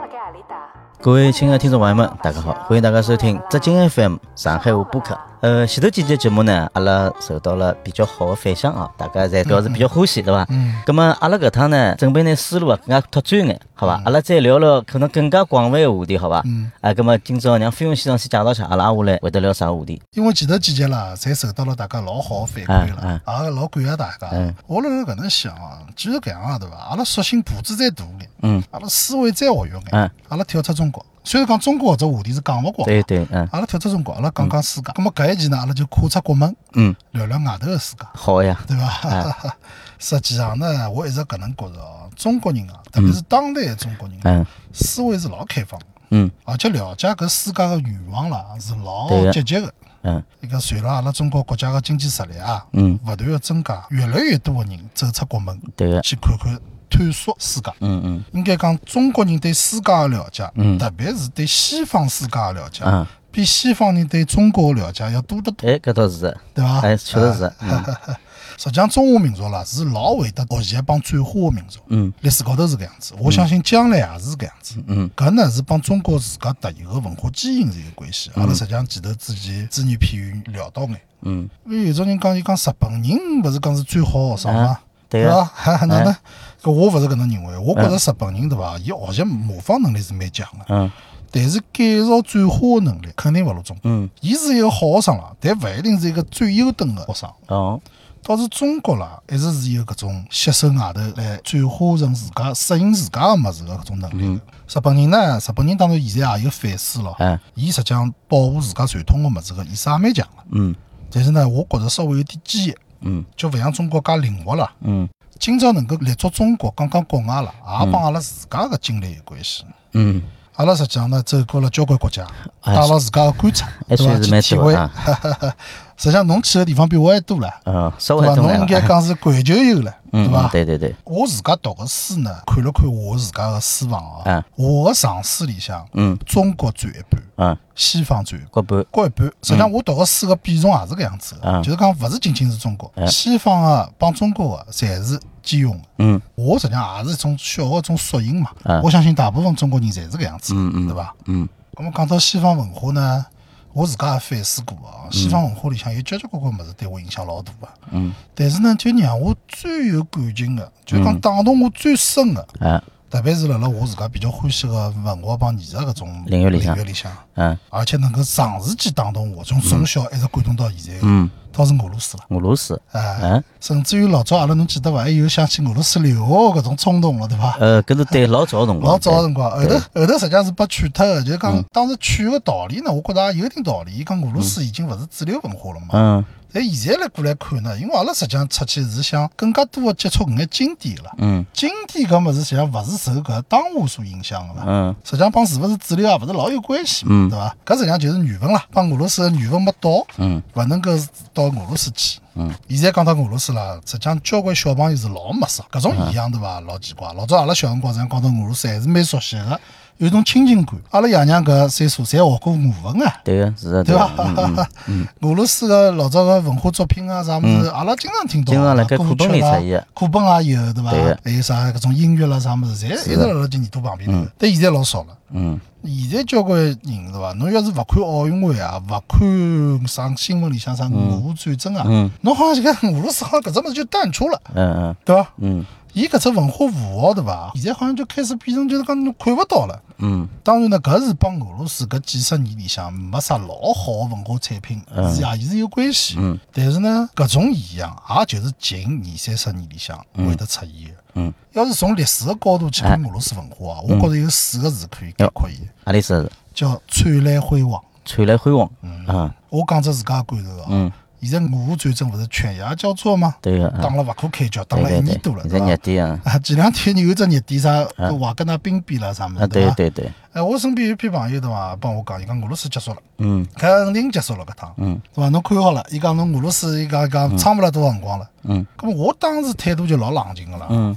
各位亲爱的听众朋友们，大家好，欢迎大家收听浙江 FM 上海话播客。前头几集节目呢，阿拉受到了比较好的反响啊，大家侪表示比较欢喜，对伐？咁么阿拉搿趟呢，准备拿思路更加拓展眼，好伐？阿拉再聊聊可能更加广泛的话题，好伐？咁么今朝让飞鸿先生先介绍一下，阿拉下来会得聊啥话题？ 因为前头几集啦，侪受到了大家老好的反馈了，也老感谢大家。我辣搿能想啊，既然搿样啊，对伐？阿拉索性步子再大眼，阿拉思维再活跃眼，阿拉跳出中国。虽然讲中国这话题是讲勿光， 对， 阿拉跳出中国，阿拉讲讲世界。咁么搿一期呢，阿拉就跨出国门，聊聊外头的世界。 好呀， 对伐？实际上呢，我一直搿能觉着哦，中国人啊，特别是当代的中国人，思维是老开放的，而且了解搿世界的愿望啦是老积极的。一个随了阿拉中国国家的经济实力啊，不断的增加，越来越多的人走出国门，去看看。探索世界，应该讲中国人对世界的了解，特别是对西方世界的了解，比西方人对中国的了解要多得多。 搿倒是的， 对伐？ 确实是。 实际上，中华民族啦是老会得学习帮转化的民族，历史高头是搿样子，我相信将来也是搿样子。搿呢是帮中国自家特有的文化基因是有关系。阿拉实际上前头之前只言片语聊到眼，因为有种人讲，伊讲日本人勿是讲是最好的学生吗？对伐？哪能？搿我勿是搿能认为，我觉着日本人对伐？伊学习模仿能力是蛮强的，但是改造转化的能力肯定勿如中国。伊是一个好学生啦，但勿一定是一个最优等的学生。倒是中国啦，一直是有搿种吸收外头来转化成自家适应自家的物事的搿种能力。日本人呢，日本人当然现在也有反思咯，伊实际上保护自家传统的物事个意识也蛮强的。但是呢，我觉着稍微有点激烈，就勿像中国介灵活了。今朝能够立足中国，讲国外了，也帮阿拉自家的经历有关系。阿拉实际上呢，走过了交关国家，带了自家的观察，对伐？去体会。实际上，侬去的地方比我还多了， 稍微多了。 侬应该讲是环球游了，对伐？ 对。 我自家读的书呢，看了看我自家的书房啊，我的藏书里向，中国占一半，西方占各一半。实际上，我读的书的比重也是搿样子的，就是讲勿是仅仅是中国，西方啊帮中国的侪是兼容的。我实际上也是一种小的一种缩影嘛。我相信大部分中国人侪是搿样子，对伐？咁么讲到西方文化呢？我自家也反思过啊，西方文化里向有交交关关物事对我影响老大的。但是呢，就让我最有感情的，就讲打动我最深的，特别是辣我自家比较欢喜的文化帮艺术搿种领域里向，而且能够长时间打动我，从小一直感动到现在，倒是俄罗斯了。 俄罗斯， 甚至于老早阿拉侬记得伐？还有想去俄罗斯留学搿种冲动了，对伐？ 搿是对老早辰光， 老早辰光，后头实际上是被劝脱的，就是讲当时劝个道理呢，我觉着也有点道理。伊讲俄罗斯已经勿是主流文化了嘛。但现在来过来看呢，因为阿拉实际上出去是想更加多的接触搿眼经典了。经典搿物事实际上勿是受搿当下所影响的了。实际上帮是勿是主流也勿是老有关系，对伐？搿实际上就是缘分啦，帮俄罗斯的缘分没到，勿能够到俄罗斯去。现在讲到俄罗斯啦，实际上交关小朋友是老陌生，搿种现象对伐？老奇怪。老早阿拉小辰光实际上讲到俄罗斯还是蛮熟悉的。有一种亲近感，阿拉爷娘搿岁数侪学过俄文啊， 对个，是的， 对伐？俄罗斯个老早个文化作品啊，啥物事，阿拉经常听到， 经常辣盖课本里出现， 课本也有，对伐？还有啥搿种音乐啦，啥物事，侪一直辣辣就耳朵旁边头。但现在老少了。现在交关人对伐？侬要是勿看奥运会啊，勿看啥新闻里向啥俄乌战争啊，侬好像就看俄罗斯好像搿只物事就淡出了，对伐？伊搿只文化符号对伐？现在好像就开始变成就是讲侬看勿到了。当然呢，搿是帮俄罗斯搿几十年里向没啥老好的文化产品也是有关系。但是呢，搿种现象也就是近20-30年里向会得出现的。要是从历史的角度去看俄罗斯文化啊，我觉着有4个字可以概括伊。 何里4个字？ 叫灿烂辉煌。 灿烂辉煌。 我讲只自家感受啊。现在俄乌战争勿是犬牙交错吗？ 对个， 打了勿可开交，打了1年多了， 现在热点啊！ 前2天有只热点啥，瓦格纳兵变了啥物事，对伐？ 对。 我身边有一批朋友对伐，帮我讲，伊讲俄罗斯结束了，肯定结束了搿趟，对伐？侬看好了，伊讲侬俄罗斯，伊讲撑勿了多少辰光了，咁我当时态度就老冷静个啦。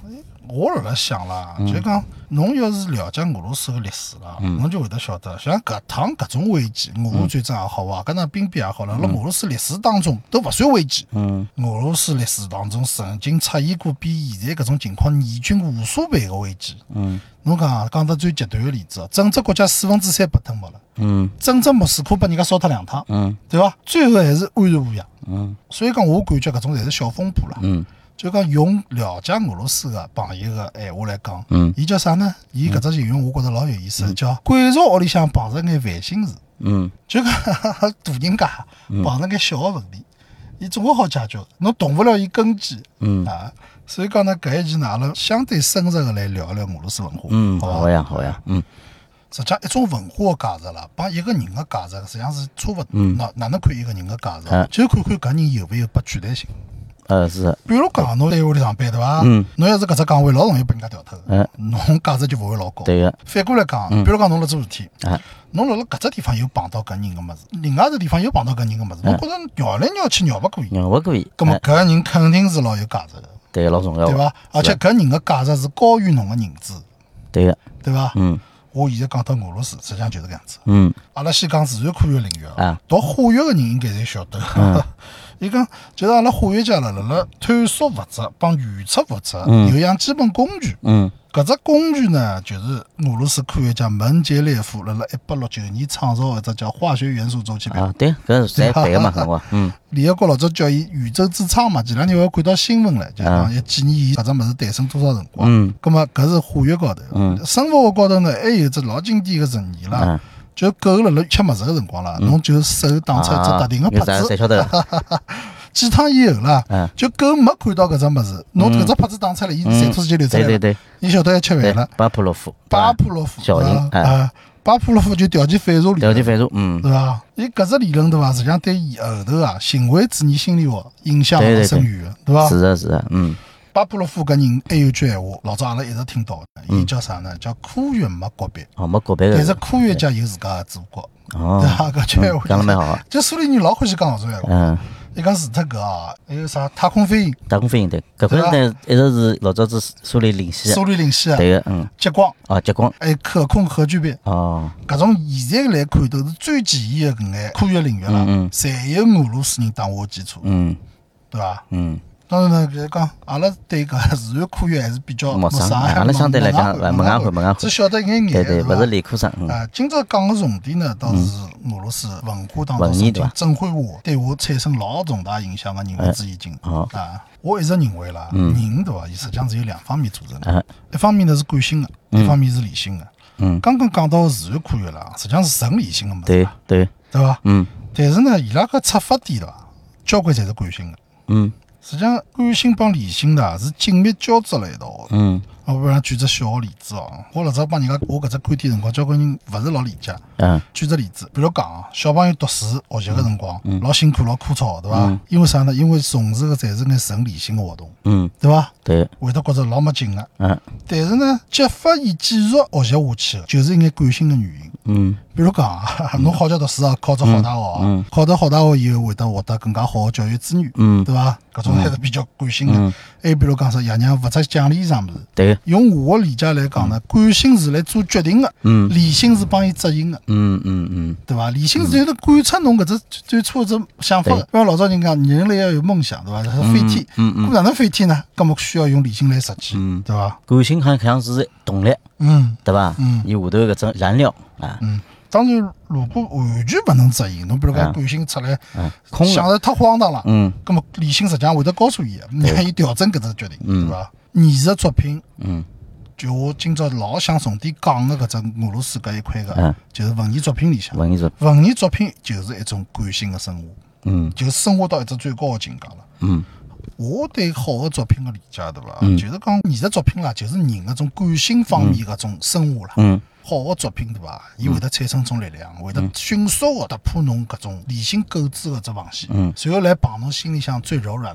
我辣辣想啦，就讲侬要是了解俄罗斯个历史啦，侬就会得晓得，像搿趟搿种危机，俄乌战争也好，瓦格纳兵变也好，辣俄罗斯历史当中都勿算危机。俄罗斯历史当中曾经出现过比现在搿种情况严峻无数倍个危机。侬讲得最极端个例子，整只国家3%被吞没了。整只莫斯科被人家烧脱2趟。对伐？最后还是安然无恙。所以讲，我感觉搿种侪是小风波啦。就讲用了解俄罗斯个朋友个闲话来讲，伊叫啥呢？伊搿只形容我觉着老有意思，叫贵族屋里向碰着眼烦心事。就讲大人家碰着眼小个问题，伊总归好解决，侬动勿了伊根基。所以讲呢，搿一期呢，阿拉相对深入个来聊一聊俄罗斯文化。 好呀。 实际上，一种文化个价值啦，帮一个人个价值实际上是差勿多。哪能看一个人个价值？就看看搿人有没有不取代性。 是。 比如讲，侬单位里上班对伐？侬要是搿只岗位老容易被人家调脱，侬价值就勿会老高。 对个。 反过来讲，比如讲侬辣做事体，侬辣搿只地方又碰到搿人个物事，另外只地方又碰到搿人个物事，侬觉着绕来绕去绕勿过伊。葛末搿人肯定是老有价值个。 对，老重要。 对伐？而且搿人个价值是高于侬个认知。 对个。 对伐？我现在讲到俄罗斯，实际上就是搿样子。阿拉先讲自然科学领域读化学个人应该侪晓得。伊讲就是阿拉化学家辣探索物质帮预测物质有样基本工具。搿只工具呢，就是俄罗斯科学家门捷列夫辣1869年创造一只叫化学元素周期表。 对，搿是侪背个嘛，搿个。 联合国老早叫伊宇宙之窗嘛，前两天我看到新闻了，就讲要纪念伊搿只物事诞生多少辰光。葛末搿是化学高头。生物学高头呢，还有只老经典个实验啦。就狗辣吃物事个辰光啦，侬就手打出一只特定个拍子。 晓得。 几趟以后啦，就狗没看到搿只物事，侬搿只拍子打出来，伊散吐就流出来了。对，伊晓得要吃饭了。巴甫洛夫效应巴甫洛夫就条件反射理论。 对伐？伊搿只理论对伐？实际上对伊后头行为主义心理学影响老深远个，对伐？ 是的。 巴甫洛夫搿人还有句闲话，老早阿拉一直听到的，伊叫啥呢？叫科学没国别。 没国别。 但是科学家有自家个祖国。对伐？搿句闲话讲得蛮好。 就苏联人老欢喜讲搿种闲话。伊讲除脱搿还有啥太空飞行？对， 搿块呢一直是老早子苏联领先的。对个。 激光。 激光。 还有可控核聚变。搿种现在来看都是最前沿的搿眼科学领域啦，侪有俄罗斯人打下基础。对伐？当然呢，就是讲阿拉对搿自然科学还是比较陌生， 阿拉相对来讲门外汉， 只晓得眼眼。 对，勿是理科生。 今朝讲个重点呢，倒是俄罗斯文化当中曾经曾绘画对我产生老重大影响个人物之一经。我一直认为啦，人对伐，伊实际上是有两方面组成的，一方面呢是感性的，一方面是理性的。刚刚讲到自然科学啦，实际上是纯理性的物事。对伐？但是呢，伊拉个出发点对伐，交关侪是感性的。实际上，感性帮理性的是紧密交织辣一道的。我不然举只小个例子我老早帮人家我搿只观点辰光，交关人勿是老理解。举只例子，比如讲小朋友读书学习个辰光，老辛苦老枯燥，对伐？因为啥呢？因为从事个侪是眼纯理性个活动，对伐？ 对， 会得觉着老没劲个。但是呢，激发伊继续学习下去，就是一眼感性个原因。比如讲侬好叫读书考只好大学，考到好大学以后会得获得更加好个教育资源，对伐？搿种还是比较感性个。还比如讲说爷娘勿出奖励啥物事， 对。 用我个理解来讲呢，感性是来做决定个，理性是帮伊执行个，对伐？理性是有得观察侬搿只最初只想法。比如老早人讲人类要有梦想，对伐？飞天，搿哪能飞天呢？搿么需要用理性来实际，对伐？ 感性好像是动力，对伐？伊下头搿种燃料当然，如果完全勿能执行，侬比如讲感性出来，想着太荒唐了，葛么理性实际上会得告诉伊，让伊调整搿只决定，对伐？艺术作品，就我今朝老想重点讲个搿只俄罗斯搿一块个，就是文艺作品里向，文艺作品就是一种感性个升华，就升华到一只最高个境界了。我对好个作品个理解，对伐？就是讲艺术作品啦，就是人搿种感性方面搿种升华啦。好个作品对伐？伊会得产生种力量，会得迅速个突破侬搿种理性构筑个只防线，随后来碰侬心里向最柔软的部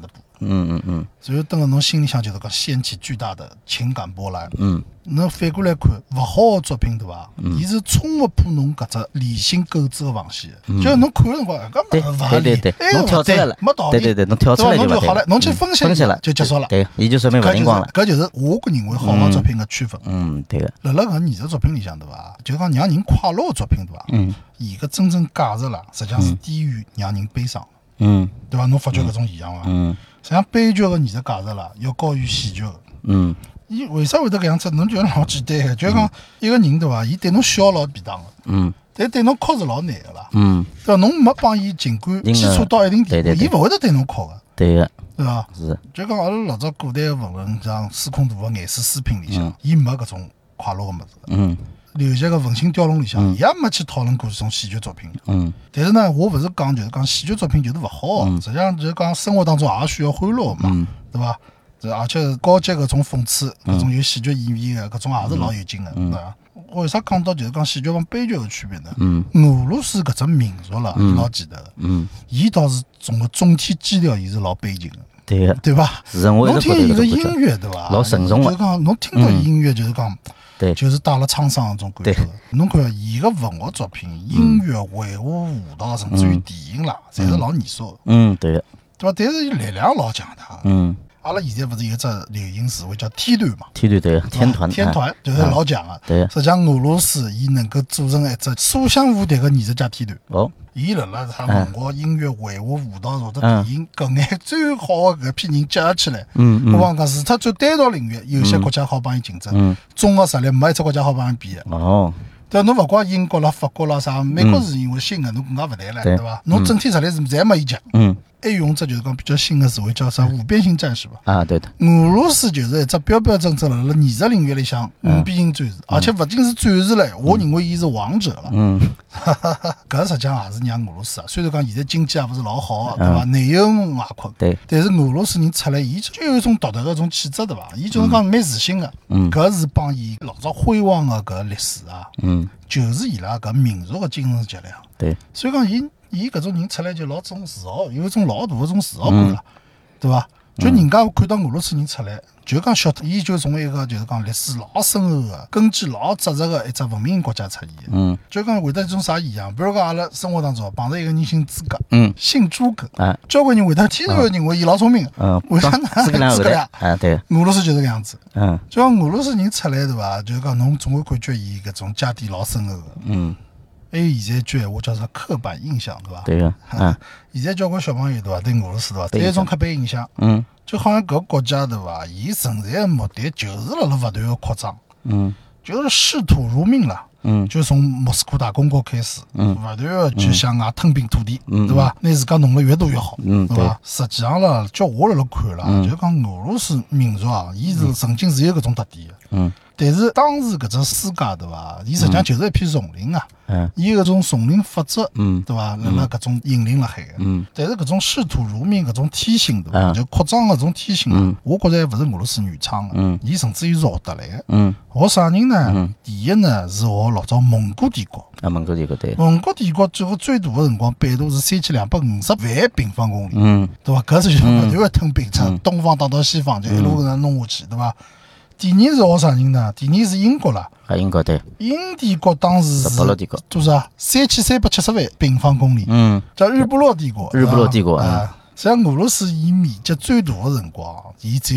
然后等个侬心里向就是讲掀起巨大的情感波澜。侬反过来看，勿好的作品对伐？伊是冲勿破侬搿只理性构筑个防线的。就侬看个辰光，搿勿合理， 侬跳出来了， 没道理。 对，侬跳出来侬就好了，侬去分析了就结束了。 对，伊就说明勿灵光了。 搿就是我个认为好个作品个区分。 对个。 辣搿艺术作品里向对伐？就讲让人快乐个作品对伐？伊个真正价值啦，实际上是低于让人悲伤。对伐？侬发觉搿种现象伐？实际上悲剧个艺术价值啦，要高于喜剧个。伊为啥会得搿样子？侬觉得老简单个，就讲一个人对伐？伊对侬笑老便当个，但对侬哭是老难个啦。对伐？侬没帮伊情感基础到一定地步，伊勿会得对侬哭个。 对个， 对伐？ 是。 就讲阿拉老早古代个文人，像司空图个《颜氏诗品》里向，伊没搿种快乐个物事。刘勰个《文心雕龙》里向，伊也没去讨论过这种喜剧作品。但是呢，我勿是讲就是讲喜剧作品就是勿好，实际上就是讲生活当中也需要欢乐嘛，对伐？而且高级搿种讽刺，搿种有喜剧意味个搿种也是老有劲个，对伐？为啥讲到就是讲喜剧帮悲剧个区别呢？俄罗斯搿只民族啦，伊老记得个，伊倒是总体基调伊是老悲情个， 对个， 对伐？侬听伊个音乐对伐？ 老沉重个， 就讲侬听到音乐就是讲。 对， 就是带了沧桑那种感觉。侬看伊个文学作品、音乐、绘画、舞蹈，甚至于电影啦，侪是老艺术的。 对个， 对伐？但是力量老强大。阿拉现在勿是有只流行词汇叫天团嘛？ 天团对，天团就是老强个。 对， 实际上俄罗斯伊能够组成一只所向无敌个艺术家天团。 哦， 伊辣辣他文学、音乐、绘画、舞蹈或者电影搿眼最好的搿批人结合起来，我讲讲，除脱最单独领域，有些国家好帮伊竞争，综合实力没一只国家好帮伊比的。 哦。 对，侬勿怪英国啦、法国啦啥，美国是因为新个，侬更加勿谈了，对伐？侬整体实力是侪没伊强。还用只就是讲比较新的词汇叫啥无边形战士吧？ 啊，对的。 俄罗斯就是一只标标准准辣艺术领域里向无边形战士，而且勿仅是战士嘞，我认为伊是王者了。搿实际上也是让俄罗斯啊，虽然讲现在经济也勿是老好，对伐？内忧外困， 对。 但是俄罗斯人出来，伊就有一种独特的一种气质，对伐？伊就是讲蛮自信的。搿是帮伊老早辉煌的搿历史啊，就是伊拉搿民族的精神脊梁。 对。 所以讲伊搿种人出来就老种自豪，有一种老大的种自豪感了，对伐？就人家看到俄罗斯人出来，就讲晓得，伊就从一个就是讲历史老深厚的、根基老扎实的一只文明国家出现。就讲会得一种啥异样？比如讲阿拉生活当中碰着一个人姓诸葛，姓诸葛，交关人会得天然认为伊老聪明，为啥呢？诸葛亮， 对， 俄罗斯就是搿样子。就讲俄罗斯人出来对伐？就是讲侬总会感觉伊搿种家底老深厚的。还有现在句闲话叫啥刻板印象，对伐？ 对个， 现在交关小朋友对伐？对俄罗斯对伐？对一种刻板印象，就好像搿国家对伐？伊存在的目的就是辣辣勿断的扩张，就是视土如命了。就从莫斯科大公国开始，勿断的去向外吞并土地，对伐？拿自家弄得越多越好，对伐？实际上啦，叫我辣辣看啦，就讲俄罗斯民族啊，伊是曾经是有搿种特点的。但是当时搿只世界对伐？伊实际上就是一片丛林啊，伊搿种丛林法则，对伐？辣辣搿种引领辣海个。但是搿种视土如命搿种天性，对伐？就扩张搿种天性，我觉着还勿是俄罗斯原创个，伊甚至于是学得来个。学啥人呢？第一呢是学老早蒙古帝国。 蒙古帝国对。 蒙古帝国最后最大个辰光，版图是3250万平方公里，对伐？搿是就勿断个吞并，从东方打到西方，就一路搿能弄下去，对伐？第二是学啥人呢？第二是英国啦。 英国对。 英帝国当时是多少？3370万平方公里。叫日不落帝国。 日不落帝国啊。实际上，俄罗斯伊面积最大的辰光，伊只有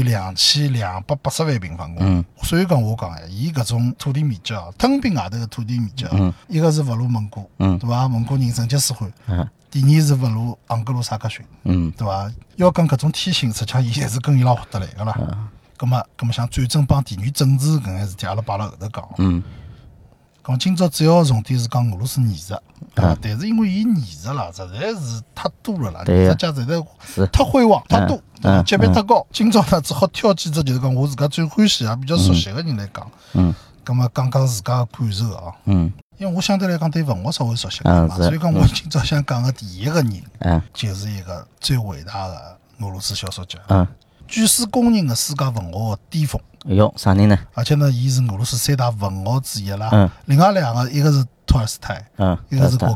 2280万平方公里。所以讲，我讲伊搿种土地面积啊，吞并外头的土地面积啊，一个是勿如蒙古，对伐？蒙古人成吉思汗。第二是勿如盎格鲁撒克逊，对伐？要讲搿种天性，实际上伊还是跟伊拉学得来个啦。咁么像战争帮地缘政治搿眼事体，阿拉摆辣后头讲。咁今朝主要重点是讲俄罗斯艺术，但是因为伊艺术啦，实在是太多了啦，艺术家实在太辉煌、太多，级别太高。今朝呢，只好挑几只，就是讲我自家最欢喜也比较熟悉个人来讲。咁么讲讲自家个感受啊。因为我相对来讲对文学稍微熟悉嘛，所以讲我今朝想讲个第一个人，就是一个最伟大的俄罗斯小说家。据世公认的世界文学的巅峰。 哟，啥人呢？ 而且呢，伊是俄罗斯三大文豪之一啦。另外两个，一个是托尔斯泰，一个是果戈里。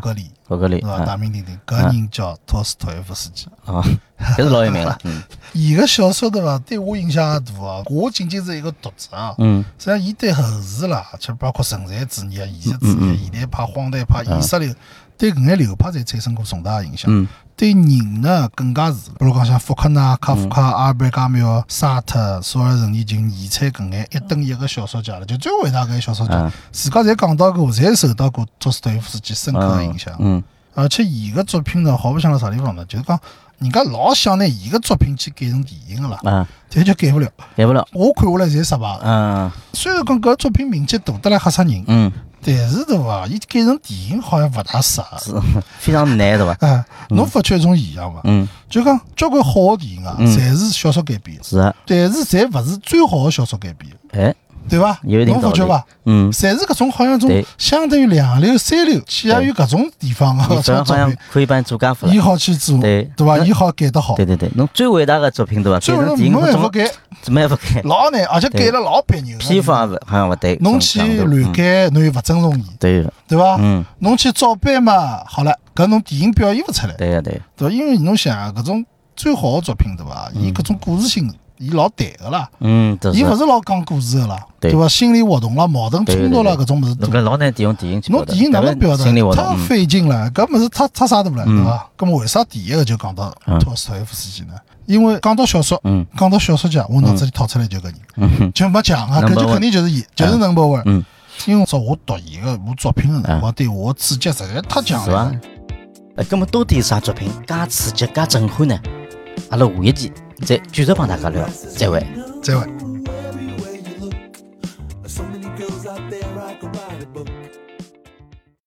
伯格里是吧？大名鼎鼎，搿人叫托斯托耶夫斯基啊，搿是老有名了。 伊个小说对伐，对我影响也大啊。我仅仅是一个读者啊。实际上，伊对后世啦，就包括存在主义啊、现实主义、现代派、荒诞派、意识流，对搿眼流派侪产生过重大的影响。对人呢更加是，比如讲像福克纳、卡夫卡、阿尔贝·加缪、沙特、索尔仁尼琴、尼采搿眼一等一个小说家了，就最伟大搿小说家，自家侪讲到过，侪受到过托斯托耶夫斯基深刻的影响。而且伊个作品呢，好白相辣啥地方呢？就是讲，人家老想拿伊个作品去改成电影个啦，但就改不了。我看下来侪失败。虽然讲搿作品名气大得来吓死人。但是对伐？伊改成电影好像勿大适合， 非常难对伐？ 侬发觉一种现象伐？就讲交关好的电影啊，侪是小说改编的， 是啊， 但是侪勿是最好的小说改编的，对伐？侬发觉伐？侪是搿种好像种相对于2流、3流，起源于搿种地方啊，搿种作品可以帮做家伙了， 伊好去做，对伐？伊好改得好， 对，侬最伟大的作品对伐？ 最伟大侬还勿改， 怎么也勿改， 老难，而且改了老别扭， 批法好像勿对， 侬去乱改，侬又勿尊重伊，对伐？侬去照搬嘛，好了，搿侬电影表现勿出来，对伐？因为侬想搿种最好的作品对伐？伊搿种故事性，伊老淡个啦，伊勿是老讲故事个啦，对伐？心理活动啦、矛盾冲突啦，搿种物事多， 搿老难用电影去表达。 侬电影哪能表达？太费劲了，搿物事太啥都不来，对伐？搿么为啥第一个就讲到托斯托耶夫斯基呢？因为讲到小说，讲到小说家，我脑子里套出来就搿人，就没讲啊，搿就肯定就是伊，就是number one。因为我读伊个我作品个辰光，对我刺激实在太强了。 搿么到底是啥作品介刺激、介震撼呢？阿拉下一期再继续帮大家聊，再会。 再会。So many girls out there, I could write a book.